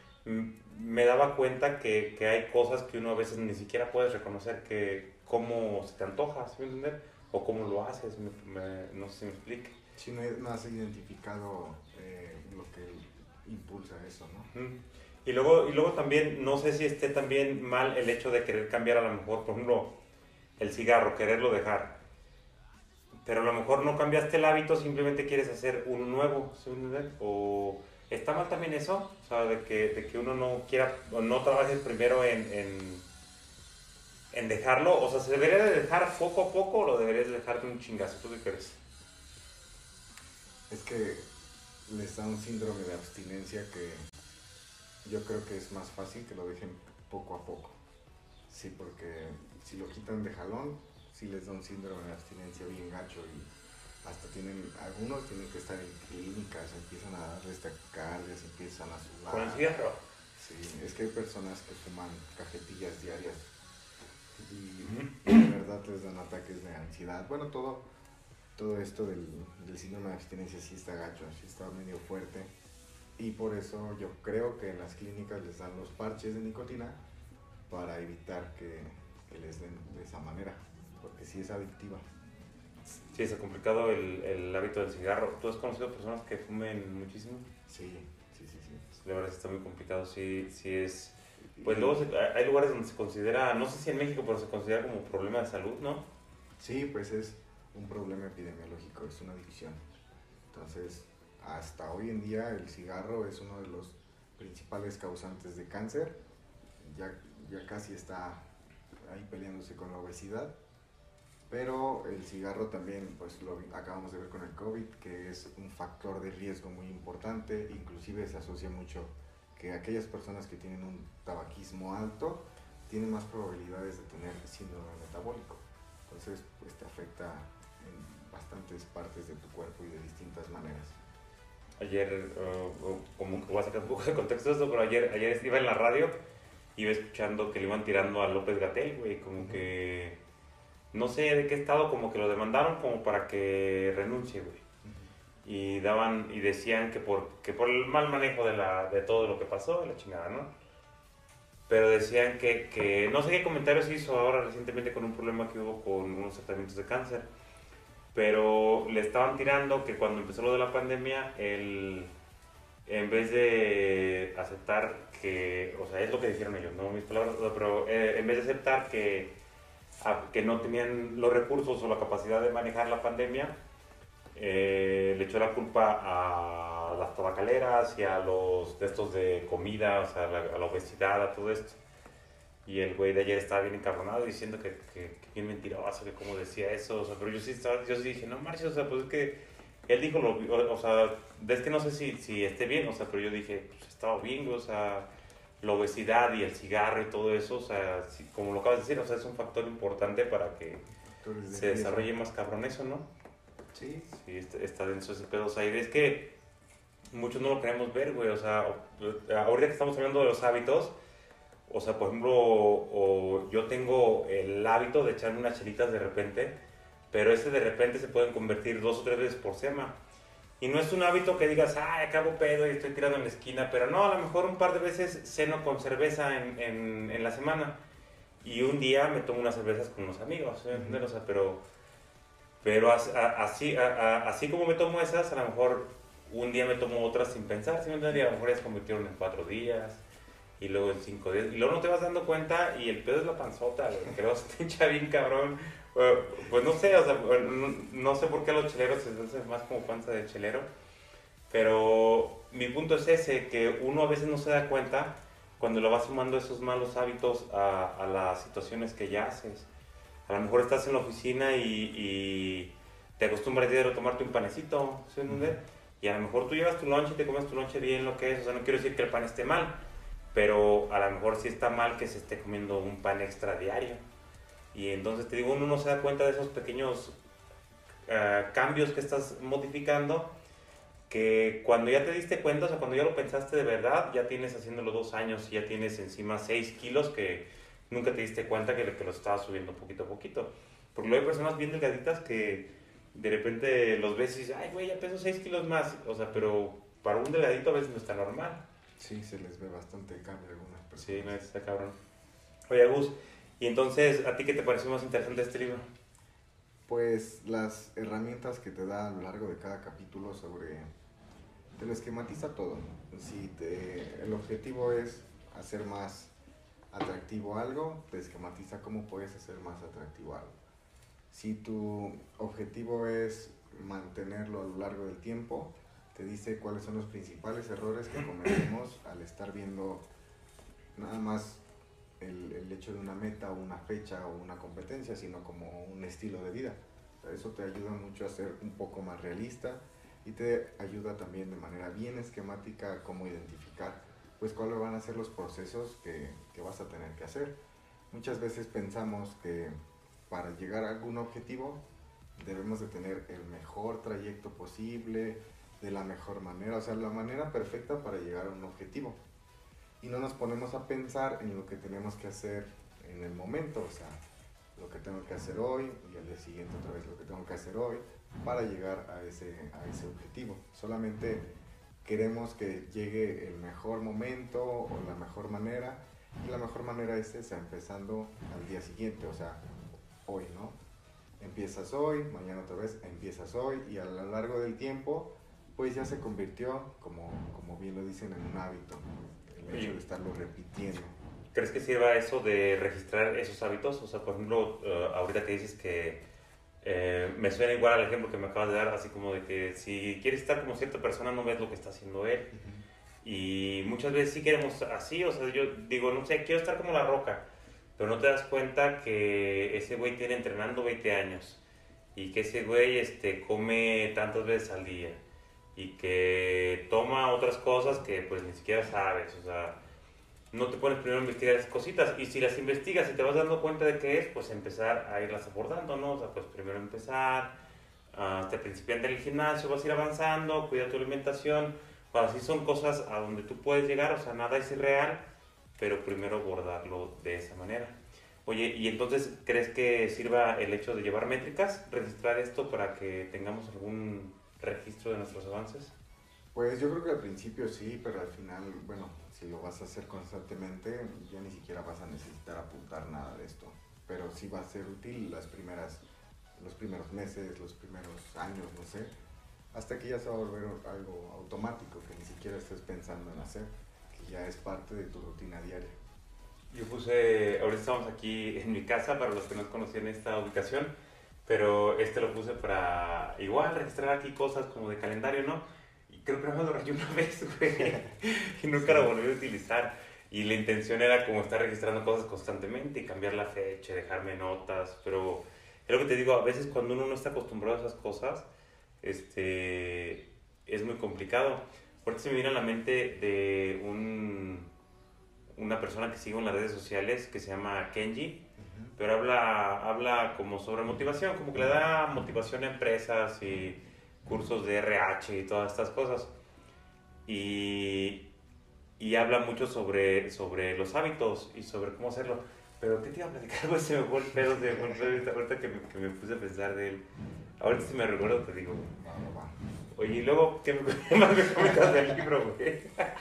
me daba cuenta que hay cosas que uno a veces ni siquiera puedes reconocer cómo se te antoja, ¿sí me entiendes? O cómo lo haces, no sé si me explique. Si no has identificado lo que impulsa eso, ¿no? Y luego también, no sé si esté también mal el hecho de querer cambiar a lo mejor, por ejemplo, el cigarro, quererlo dejar. Pero a lo mejor no cambiaste el hábito, simplemente quieres hacer uno nuevo, ¿sí me entiendes? O está mal también eso, o sea, de que uno no quiera, o no trabajes primero en dejarlo, o sea, ¿se debería de dejar poco a poco o lo deberías dejar de un chingazo? ¿Tú qué crees? Es que les da un síndrome de abstinencia que yo creo que es más fácil que lo dejen poco a poco. Sí, porque si lo quitan de jalón, sí les da un síndrome de abstinencia bien gacho y hasta algunos tienen que estar en clínicas, empiezan a darles taquicardias, empiezan a sudar. ¿Con el cigarro? Sí, es que hay personas que fuman cajetillas diarias y de verdad les dan ataques de ansiedad. Bueno, todo esto del síndrome de abstinencia sí está gacho, sí está medio fuerte y por eso yo creo que en las clínicas les dan los parches de nicotina para evitar que les den de esa manera, porque sí es adictiva. Sí, es complicado el hábito del cigarro. ¿Tú has conocido personas que fumen muchísimo? Sí. La verdad está muy complicado, sí es... Pues luego hay lugares donde se considera, no sé si en México, pero se considera como problema de salud, ¿no? Sí, pues es un problema epidemiológico, es una adicción. Entonces, hasta hoy en día el cigarro es uno de los principales causantes de cáncer. Ya casi está ahí peleándose con la obesidad. Pero el cigarro también, pues lo acabamos de ver con el COVID, que es un factor de riesgo muy importante. Inclusive se asocia mucho que aquellas personas que tienen un tabaquismo alto tienen más probabilidades de tener síndrome metabólico. Entonces, pues te afecta en bastantes partes de tu cuerpo y de distintas maneras. Ayer, como que voy a sacar un poco de contexto de esto, pero ayer iba en la radio y iba escuchando que le iban tirando a López-Gatell, güey, como que no sé de qué estado, como que lo demandaron como para que renuncie, güey. Y decían que por el mal manejo de todo lo que pasó, de la chingada, ¿no? Pero decían que no sé qué comentarios hizo ahora recientemente con un problema que hubo con unos tratamientos de cáncer, pero le estaban tirando que cuando empezó lo de la pandemia, él, en vez de aceptar que, o sea, es lo que dijeron ellos, no mis palabras, pero en vez de aceptar que no tenían los recursos o la capacidad de manejar la pandemia, le echó la culpa a las tabacaleras y a los de estos de comida, o sea, a la obesidad, a todo esto. Y el güey de ayer estaba bien encabronado diciendo que bien mentiroso, que cómo decía eso, o sea, pero yo sí dije, no marches, o sea, pues es que él dijo, o sea, es que no sé si esté bien, o sea, pero yo dije, pues estaba bien, o sea, la obesidad y el cigarro y todo eso, o sea, como lo acabas de decir, o sea, es un factor importante para que se desarrolle más cabrón eso, ¿no? Sí. Sí, está denso ese pedo, o sea, y es que muchos no lo queremos ver, güey, o sea, ahorita que estamos hablando de los hábitos, o sea, por ejemplo, yo tengo el hábito de echarme unas chelitas de repente, pero ese de repente se pueden convertir 2 o 3 veces por semana. Y no es un hábito que digas, acabo pedo y estoy tirado en la esquina, pero no, a lo mejor un par de veces ceno con cerveza en la semana. Y un día me tomo unas cervezas con unos amigos, ¿sí? O sea, pero así como me tomo esas, a lo mejor un día me tomo otras sin pensar, ¿sí? A lo mejor ya se convirtieron en 4 días y luego en 5 días. Y luego no te vas dando cuenta y el pedo es la panzota, güey, que luego se te hincha bien cabrón. Pues no sé, o sea, no sé por qué a los cheleros se les hace más como panza de chelero, pero mi punto es ese, que uno a veces no se da cuenta cuando lo vas sumando esos malos hábitos a las situaciones que ya haces. A lo mejor estás en la oficina y te acostumbras a tomarte un panecito, ¿sí? Y a lo mejor tú llevas tu lonche y te comes tu lonche bien lo que es, o sea, no quiero decir que el pan esté mal, pero a lo mejor sí está mal que se esté comiendo un pan extra diario. Y entonces te digo, uno no se da cuenta de esos pequeños cambios que estás modificando, que cuando ya te diste cuenta, o sea, cuando ya lo pensaste de verdad, ya tienes haciéndolo 2 años y ya tienes encima 6 kilos que nunca te diste cuenta que los estabas subiendo poquito a poquito. Porque luego hay personas bien delgaditas que de repente los ves y dices, ay, güey, ya peso 6 kilos más. O sea, pero para un delgadito a veces no está normal. Sí, se les ve bastante cambio a algunas personas. Sí, no, está cabrón. Oye, Agus, y entonces, ¿a ti qué te pareció más interesante este libro? Pues las herramientas que te da a lo largo de cada capítulo sobre... Te lo esquematiza todo. Si el objetivo es hacer más atractivo algo, te esquematiza cómo puedes hacer más atractivo algo. Si tu objetivo es mantenerlo a lo largo del tiempo, te dice cuáles son los principales errores que cometemos al estar viendo nada más el hecho de una meta o una fecha o una competencia, sino como un estilo de vida. O sea, eso te ayuda mucho a ser un poco más realista y te ayuda también de manera bien esquemática a cómo identificar pues cuáles van a ser los procesos que vas a tener que hacer. Muchas veces pensamos que para llegar a algún objetivo debemos de tener el mejor trayecto posible, de la mejor manera, o sea, la manera perfecta para llegar a un objetivo. Y no nos ponemos a pensar en lo que tenemos que hacer en el momento, o sea, lo que tengo que hacer hoy y al día siguiente otra vez lo que tengo que hacer hoy para llegar a ese objetivo. Solamente queremos que llegue el mejor momento o la mejor manera, y la mejor manera es esa, empezando al día siguiente, o sea, hoy, ¿no? Empiezas hoy, mañana otra vez empiezas hoy, y a lo largo del tiempo pues ya se convirtió, como bien lo dicen, en un hábito, el hecho de estarlo repitiendo. ¿Crees que sirva eso de registrar esos hábitos? O sea, por ejemplo, ahorita que dices que me suena igual al ejemplo que me acabas de dar, así como de que si quieres estar como cierta persona no ves lo que está haciendo él. Y muchas veces sí queremos así, o sea, yo digo, no sé, quiero estar como La Roca, pero no te das cuenta que ese güey tiene entrenando 20 años y que ese güey come tantas veces al día y que toma otras cosas que pues ni siquiera sabes, o sea, no te pones primero a investigar esas cositas, y si las investigas y te vas dando cuenta de qué es, pues empezar a irlas abordando, ¿no? O sea, pues primero empezar, hasta principiante en el gimnasio, vas a ir avanzando, cuida tu alimentación, pues así son cosas a donde tú puedes llegar, o sea, nada es irreal, pero primero abordarlo de esa manera. Oye, ¿y entonces crees que sirva el hecho de llevar métricas, registrar esto para que tengamos algún registro de nuestros avances? Pues yo creo que al principio sí, pero al final, bueno, si lo vas a hacer constantemente, ya ni siquiera vas a necesitar apuntar nada de esto. Pero sí va a ser útil los primeros meses, los primeros años, no sé, hasta que ya se va a volver algo automático, que ni siquiera estés pensando en hacer, que ya es parte de tu rutina diaria. Yo puse, ahorita estamos aquí en mi casa, para los que no conocían esta ubicación, pero este lo puse para igual registrar aquí cosas como de calendario, ¿no? Y creo que nada más lo rayé una vez, güey, y nunca Sí, lo volví a utilizar. Y la intención era como estar registrando cosas constantemente y cambiar la fecha, dejarme notas, pero es lo que te digo, a veces cuando uno no está acostumbrado a esas cosas, es muy complicado. Porque se me viene a la mente de una persona que sigo en las redes sociales que se llama Kenji, ujú, pero habla como sobre motivación, como que le da motivación a empresas y cursos de RH y todas estas cosas. Y, y habla mucho sobre los hábitos y sobre cómo hacerlo. Pero ¿qué te iba a platicar? Pues se me fue el pedo, se me fue el pedo ahorita que me puse a pensar de él. Ahorita si me recuerdo te digo. va, va, va. Oye, y luego, ¿qué más me comentas del libro, güey?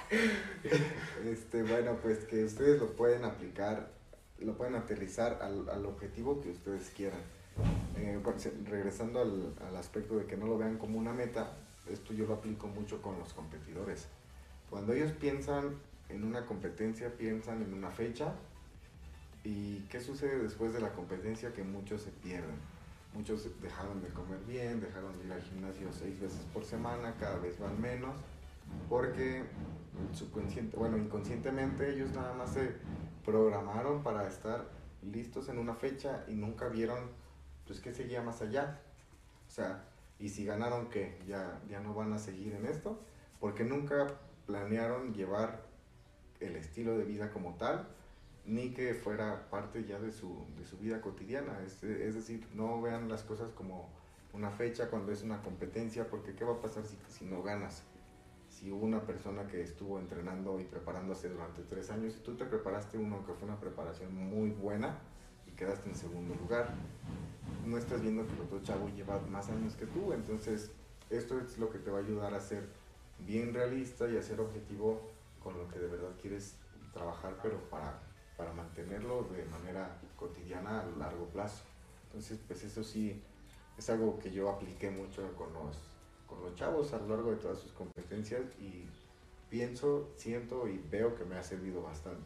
Bueno, pues que ustedes lo pueden aplicar, lo pueden aterrizar al objetivo que ustedes quieran. Bueno, regresando al aspecto de que no lo vean como una meta, esto yo lo aplico mucho con los competidores. Cuando ellos piensan en una competencia, piensan en una fecha. ¿Y qué sucede después de la competencia? Que muchos se pierden. Muchos dejaron de comer bien, dejaron de ir al gimnasio 6 veces por semana, cada vez van menos, porque subconsciente, bueno, inconscientemente ellos nada más se programaron para estar listos en una fecha y nunca vieron pues qué seguía más allá. O sea, y si ganaron que ya no van a seguir en esto, porque nunca planearon llevar el estilo de vida como tal, ni que fuera parte ya de su vida cotidiana. Es decir, no vean las cosas como una fecha cuando es una competencia, porque ¿qué va a pasar si no ganas? Si hubo una persona que estuvo entrenando y preparándose durante 3 años y tú te preparaste uno que fue una preparación muy buena y quedaste en segundo lugar, no estás viendo que el otro chavo lleva más años que tú. Entonces esto es lo que te va a ayudar a ser bien realista y a ser objetivo con lo que de verdad quieres trabajar, pero para mantenerlo de manera cotidiana a largo plazo. Entonces, pues eso sí es algo que yo apliqué mucho con los chavos a lo largo de todas sus competencias y pienso, siento y veo que me ha servido bastante.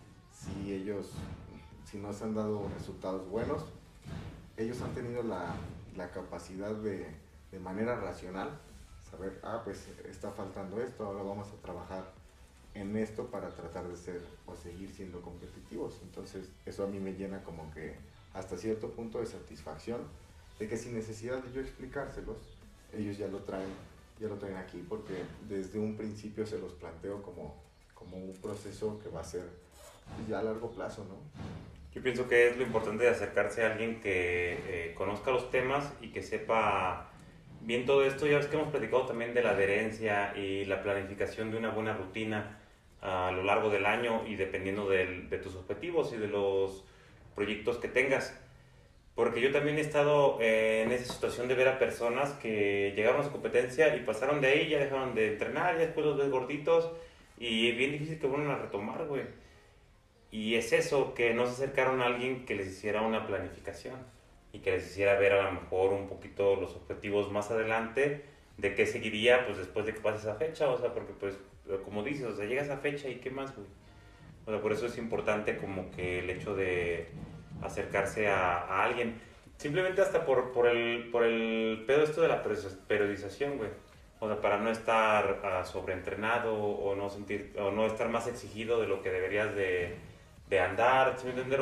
Si no se han dado resultados buenos, ellos han tenido la capacidad de manera racional saber, pues está faltando esto, ahora vamos a trabajar en esto para tratar de ser o seguir siendo competitivos. Entonces eso a mí me llena como que hasta cierto punto de satisfacción de que sin necesidad de yo explicárselos, ellos ya lo traen aquí, porque desde un principio se los planteo como un proceso que va a ser ya a largo plazo, ¿no? Yo pienso que es lo importante de acercarse a alguien que conozca los temas y que sepa bien todo esto. Ya ves que hemos platicado también de la adherencia y la planificación de una buena rutina a lo largo del año y dependiendo de tus objetivos y de los proyectos que tengas. Porque yo también he estado en esa situación de ver a personas que llegaron a su competencia y pasaron de ahí, ya dejaron de entrenar, ya después los ves gorditos y es bien difícil que vuelvan a retomar, güey. Y es eso, que no se acercaron a alguien que les hiciera una planificación y que les hiciera ver a lo mejor un poquito los objetivos más adelante de qué seguiría pues después de que pase esa fecha, o sea, porque pues como dices, o sea, llega esa fecha y qué más, güey. O sea, por eso es importante como que el hecho de acercarse a alguien, simplemente hasta por el pedo esto de la periodización, güey. O sea, para no estar sobreentrenado o no sentir o no estar más exigido de lo que deberías de andar, ¿sí me entiendes?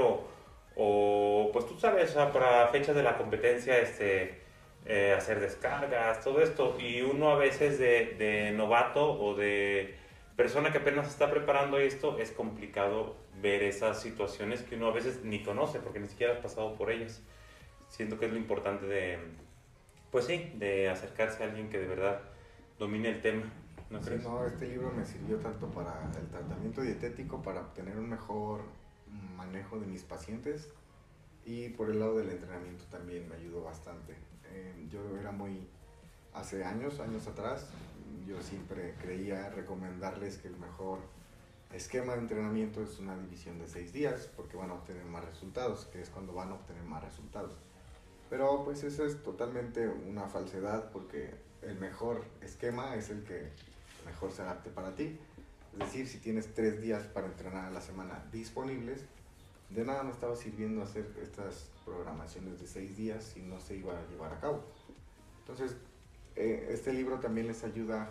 O pues tú sabes, o sea, para fechas de la competencia, hacer descargas, todo esto. Y uno a veces de novato o de persona que apenas se está preparando esto, es complicado ver esas situaciones que uno a veces ni conoce porque ni siquiera has pasado por ellas. Siento que es lo importante pues sí, de acercarse a alguien que de verdad domine el tema, ¿no Sí, crees? no, este libro me sirvió tanto para el tratamiento dietético, para obtener un mejor manejo de mis pacientes, y por el lado del entrenamiento también me ayudó bastante. Yo era hace años atrás, yo siempre creía recomendarles que el mejor esquema de entrenamiento es una división de 6 días, porque van a obtener más resultados, que es cuando van a obtener más resultados. Pero pues eso es totalmente una falsedad, porque el mejor esquema es el que mejor se adapte para ti. Es decir, si tienes 3 días para entrenar a la semana disponibles, de nada me estaba sirviendo hacer estas programaciones de 6 días si no se iba a llevar a cabo. Entonces, este libro también les ayuda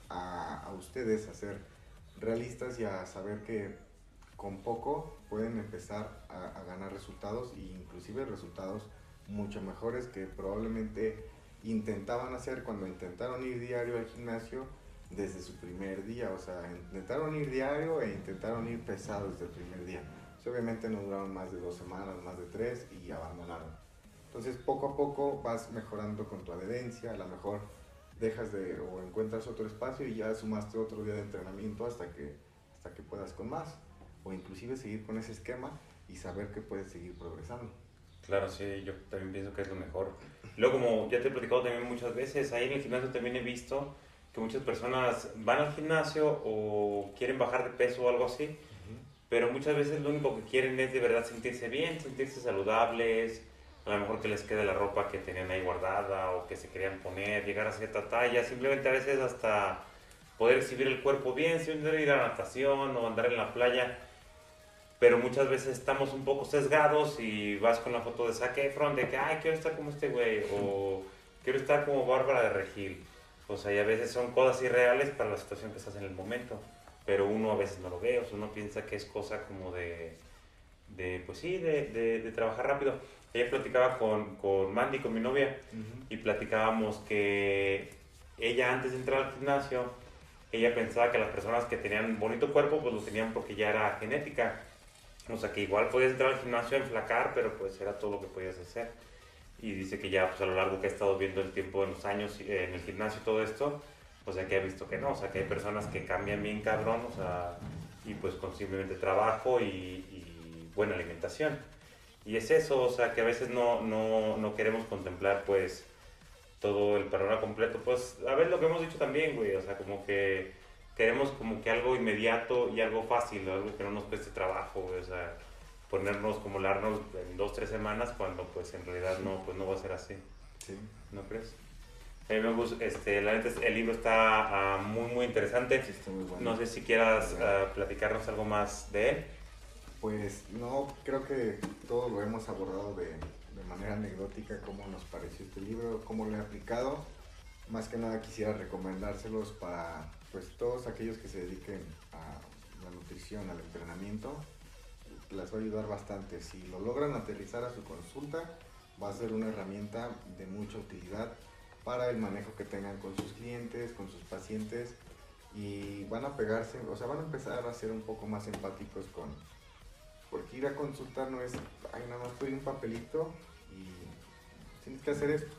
a ustedes a ser realistas y a saber que con poco pueden empezar a ganar resultados, e inclusive resultados mucho mejores que probablemente intentaban hacer cuando intentaron ir diario al gimnasio desde su primer día. O sea, intentaron ir diario e intentaron ir pesado desde el primer día. Obviamente no duraron más de 2 semanas, más de 3, y abandonaron. Entonces poco a poco vas mejorando con tu adherencia, a lo mejor dejas o encuentras otro espacio y ya sumaste otro día de entrenamiento hasta que puedas con más, o inclusive seguir con ese esquema y saber que puedes seguir progresando. Claro, sí, yo también pienso que es lo mejor. Luego, como ya te he platicado también muchas veces, ahí en el gimnasio también he visto que muchas personas van al gimnasio o quieren bajar de peso o algo así, pero muchas veces lo único que quieren es de verdad sentirse bien, sentirse saludables, a lo mejor que les quede la ropa que tenían ahí guardada o que se querían poner, llegar a cierta talla, simplemente a veces hasta poder exhibir el cuerpo bien, sin ir a la natación o andar en la playa. Pero muchas veces estamos un poco sesgados y vas con la foto de Zac Efron de que, ay, quiero estar como este güey, o quiero estar como Bárbara de Regil. O sea, y a veces son cosas irreales para la situación que estás en el momento, pero uno a veces no lo ve, o sea, uno piensa que es cosa como pues sí, de trabajar rápido. Ella platicaba con Mandy, con mi novia, y platicábamos que ella antes de entrar al gimnasio, ella pensaba que las personas que tenían bonito cuerpo, pues lo tenían porque ya era genética. O sea, que igual podías entrar al gimnasio a enflacar, pero pues era todo lo que podías hacer. Y dice que ya pues a lo largo que ha estado viendo el tiempo, en los años, en el gimnasio y todo esto, o sea, que ha visto que no, o sea, que hay personas que cambian bien cabrón, o sea, y pues con simplemente trabajo y buena alimentación. Y es eso, o sea, que a veces no queremos contemplar pues todo el panorama completo. Pues a ver lo que hemos dicho también, güey, o sea, como que queremos como que algo inmediato y algo fácil, algo que no nos cueste trabajo, güey, o sea, ponernos como larnos en 2-3 semanas cuando pues en realidad no, pues no va a ser así. Sí. ¿No crees? A mí me gusta, la neta, el libro está muy interesante. Sí, está muy bueno. No sé si quieras platicarnos algo más de él. Pues no, creo que todo lo hemos abordado de manera anecdótica, cómo nos pareció este libro, cómo lo he aplicado. Más que nada quisiera recomendárselos para pues todos aquellos que se dediquen a la nutrición, al entrenamiento. Les va a ayudar bastante. Si lo logran aterrizar a su consulta, va a ser una herramienta de mucha utilidad para el manejo que tengan con sus clientes, con sus pacientes, y van a pegarse, o sea, van a empezar a ser un poco más empáticos porque ir a consultar no es, ay, nada más pedí un papelito y tienes que hacer esto.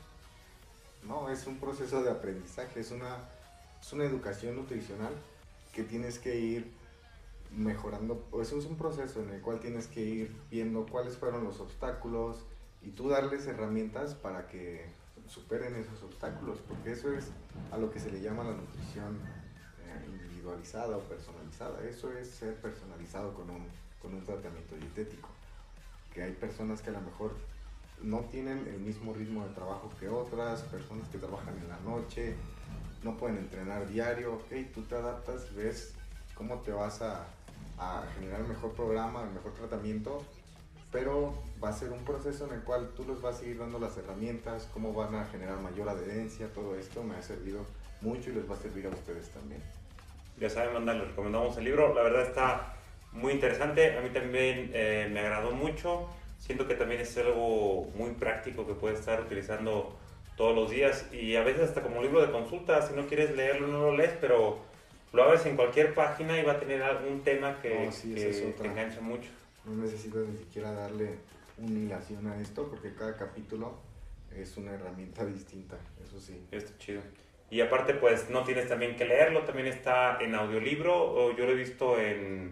No, es un proceso de aprendizaje, es una educación nutricional que tienes que ir mejorando. Eso es un proceso en el cual tienes que ir viendo cuáles fueron los obstáculos y tú darles herramientas para que superen esos obstáculos, porque eso es a lo que se le llama la nutrición individualizada o personalizada. Eso es ser personalizado con un tratamiento dietético, que hay personas que a lo mejor no tienen el mismo ritmo de trabajo que otras, personas que trabajan en la noche, no pueden entrenar diario. Ok, tú te adaptas, ves cómo te vas a generar el mejor programa, el mejor tratamiento, pero va a ser un proceso en el cual tú les vas a ir dando las herramientas, cómo van a generar mayor adherencia. Todo esto me ha servido mucho y les va a servir a ustedes también. Ya saben, Manda, les recomendamos el libro, la verdad está muy interesante, a mí también me agradó mucho, siento que también es algo muy práctico que puedes estar utilizando todos los días, y a veces hasta como libro de consulta, si no quieres leerlo no lo lees, pero lo abres en cualquier página y va a tener algún tema que te engancha mucho. No necesitas ni siquiera darle una hilación a esto, porque cada capítulo es una herramienta distinta, eso sí. Está chido. Y aparte, pues no tienes también que leerlo, también está en audiolibro, o yo lo he visto creo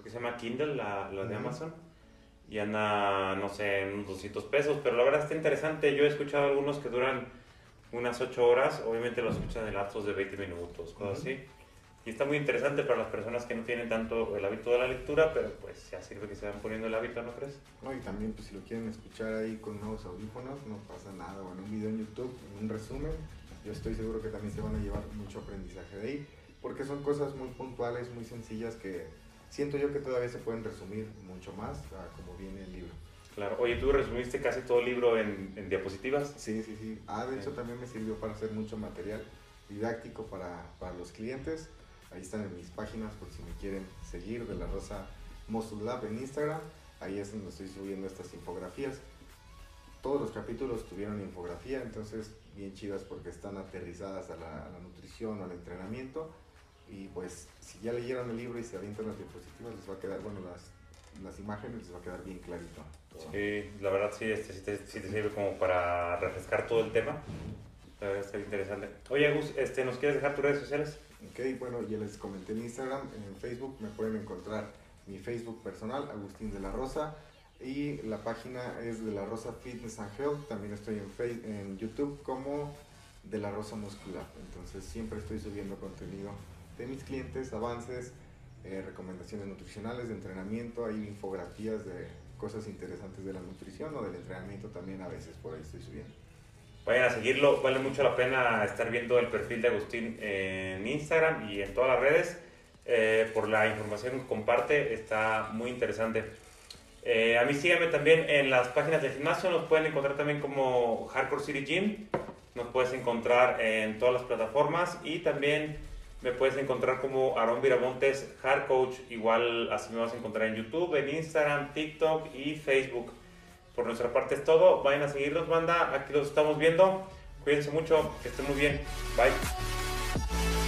creo que se llama Kindle, la de Amazon, y anda, no sé, en unos 200 pesos, pero la verdad está interesante. Yo he escuchado algunos que duran unas 8 horas, obviamente los escuchan en lapsos de 20 minutos, cosas así. Y está muy interesante para las personas que no tienen tanto el hábito de la lectura, pero pues ya sirve que se van poniendo el hábito, ¿no crees? No, y también pues si lo quieren escuchar ahí con nuevos audífonos, no pasa nada, o en un video en YouTube, en un resumen, yo estoy seguro que también se van a llevar mucho aprendizaje de ahí, porque son cosas muy puntuales, muy sencillas que siento yo que todavía se pueden resumir mucho más a como viene el libro. Claro. Oye, ¿tú resumiste casi todo el libro en diapositivas? Sí, sí, sí. De hecho también me sirvió para hacer mucho material didáctico para los clientes. Ahí están en mis páginas por si me quieren seguir, de la Rosa Muscle Lab en Instagram. Ahí es donde estoy subiendo estas infografías. Todos los capítulos tuvieron infografía, entonces bien chidas porque están aterrizadas a la nutrición o al entrenamiento. Y pues si ya leyeron el libro y se avientan las diapositivas, les va a quedar, bueno, las imágenes les va a quedar bien clarito. Sí, la verdad sí, sí te sirve como para refrescar todo el tema. La verdad está interesante. Oye, Agus, ¿nos quieres dejar tus redes sociales? Ok, bueno, ya les comenté en Instagram, en Facebook me pueden encontrar mi Facebook personal, Agustín de la Rosa, y la página es de la Rosa Fitness and Health. También estoy en YouTube como de la Rosa Muscular. Entonces siempre estoy subiendo contenido de mis clientes, avances, recomendaciones nutricionales de entrenamiento, hay infografías de cosas interesantes de la nutrición o del entrenamiento también, a veces por ahí estoy subiendo. Vayan a seguirlo, vale mucho la pena estar viendo el perfil de Agustín en Instagram y en todas las redes. Por la información que comparte, está muy interesante. A mí síganme también en las páginas del gimnasio, nos pueden encontrar también como Hardcore City Gym, nos puedes encontrar en todas las plataformas y también me puedes encontrar como Aarón Viramontes Hard Coach, igual así me vas a encontrar en YouTube, en Instagram, TikTok y Facebook. Por nuestra parte es todo, vayan a seguirnos, banda, aquí los estamos viendo, cuídense mucho, que estén muy bien, bye.